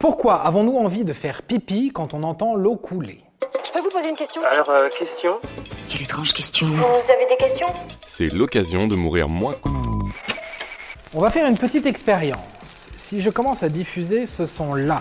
Pourquoi avons-nous envie de faire pipi quand on entend l'eau couler ? Je peux vous poser une question ? Alors, question ? Quelle étrange question. Vous avez des questions ? C'est l'occasion de mourir moins. On va faire une petite expérience. Si je commence à diffuser ce son-là,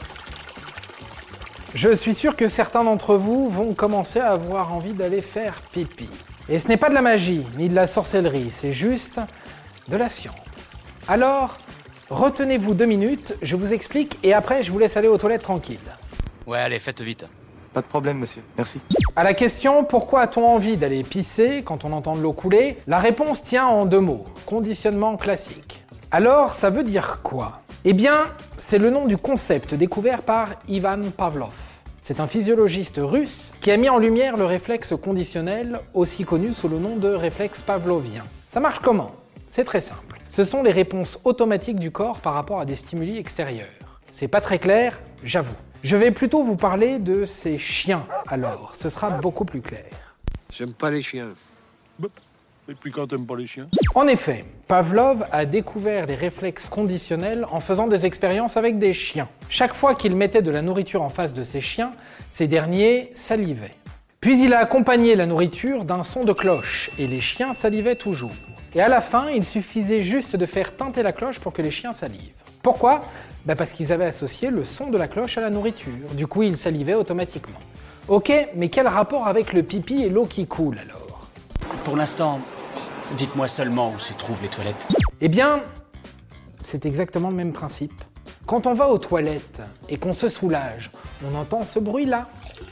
je suis sûr que certains d'entre vous vont commencer à avoir envie d'aller faire pipi. Et ce n'est pas de la magie, ni de la sorcellerie, c'est juste de la science. Alors, retenez-vous 2 minutes, je vous explique, et après je vous laisse aller aux toilettes tranquille. Ouais, allez, faites vite. Pas de problème, monsieur. Merci. À la question « Pourquoi a-t-on envie d'aller pisser quand on entend de l'eau couler ?», la réponse tient en 2 mots, conditionnement classique. Alors, ça veut dire quoi ? Eh bien, c'est le nom du concept découvert par Ivan Pavlov. C'est un physiologiste russe qui a mis en lumière le réflexe conditionnel, aussi connu sous le nom de réflexe pavlovien. Ça marche comment ? C'est très simple. Ce sont les réponses automatiques du corps par rapport à des stimuli extérieurs. C'est pas très clair, j'avoue. Je vais plutôt vous parler de ces chiens, alors, ce sera beaucoup plus clair. J'aime pas les chiens. Et puis quand t'aimes pas les chiens ? En effet, Pavlov a découvert les réflexes conditionnels en faisant des expériences avec des chiens. Chaque fois qu'il mettait de la nourriture en face de ces chiens, ces derniers salivaient. Puis il a accompagné la nourriture d'un son de cloche, et les chiens salivaient toujours. Et à la fin, il suffisait juste de faire tinter la cloche pour que les chiens salivent. Pourquoi ? Parce qu'ils avaient associé le son de la cloche à la nourriture. Du coup, ils salivaient automatiquement. Ok, mais quel rapport avec le pipi et l'eau qui coule alors ? Pour l'instant, dites-moi seulement où se trouvent les toilettes. Eh bien, c'est exactement le même principe. Quand on va aux toilettes et qu'on se soulage, on entend ce bruit-là.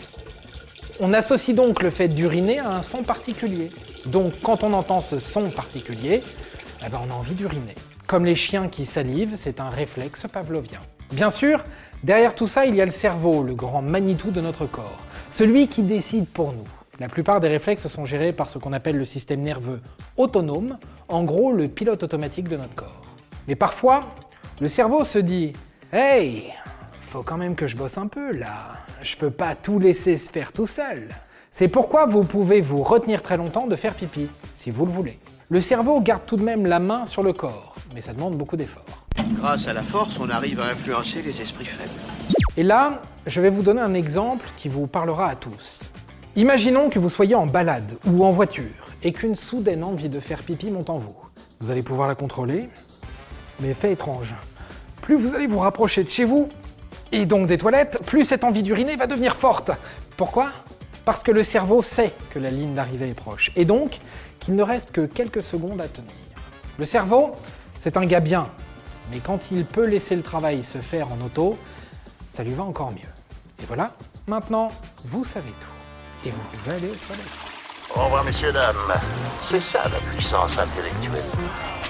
On associe donc le fait d'uriner à un son particulier. Donc quand on entend ce son particulier, on a envie d'uriner. Comme les chiens qui salivent, c'est un réflexe pavlovien. Bien sûr, derrière tout ça, il y a le cerveau, le grand Manitou de notre corps. Celui qui décide pour nous. La plupart des réflexes sont gérés par ce qu'on appelle le système nerveux autonome, en gros le pilote automatique de notre corps. Mais parfois, le cerveau se dit « Hey, faut quand même que je bosse un peu là, je peux pas tout laisser se faire tout seul ». C'est pourquoi vous pouvez vous retenir très longtemps de faire pipi, si vous le voulez. Le cerveau garde tout de même la main sur le corps, mais ça demande beaucoup d'efforts. Grâce à la force, on arrive à influencer les esprits faibles. Et là, je vais vous donner un exemple qui vous parlera à tous. Imaginons que vous soyez en balade ou en voiture et qu'une soudaine envie de faire pipi monte en vous. Vous allez pouvoir la contrôler, mais fait étrange. Plus vous allez vous rapprocher de chez vous, et donc des toilettes, plus cette envie d'uriner va devenir forte. Pourquoi ? Parce que le cerveau sait que la ligne d'arrivée est proche, et donc qu'il ne reste que quelques secondes à tenir. Le cerveau, c'est un gars bien, mais quand il peut laisser le travail se faire en auto, ça lui va encore mieux. Et voilà, maintenant, vous savez tout. Et vous pouvez aller aux toilettes. Au revoir, messieurs, dames. C'est ça la puissance intellectuelle. Sapristi !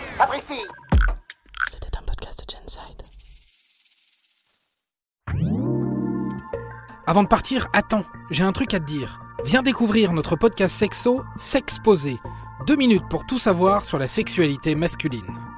C'était un podcast de Genside. Avant de partir, attends, j'ai un truc à te dire. Viens découvrir notre podcast sexo, S'exposer. 2 minutes pour tout savoir sur la sexualité masculine.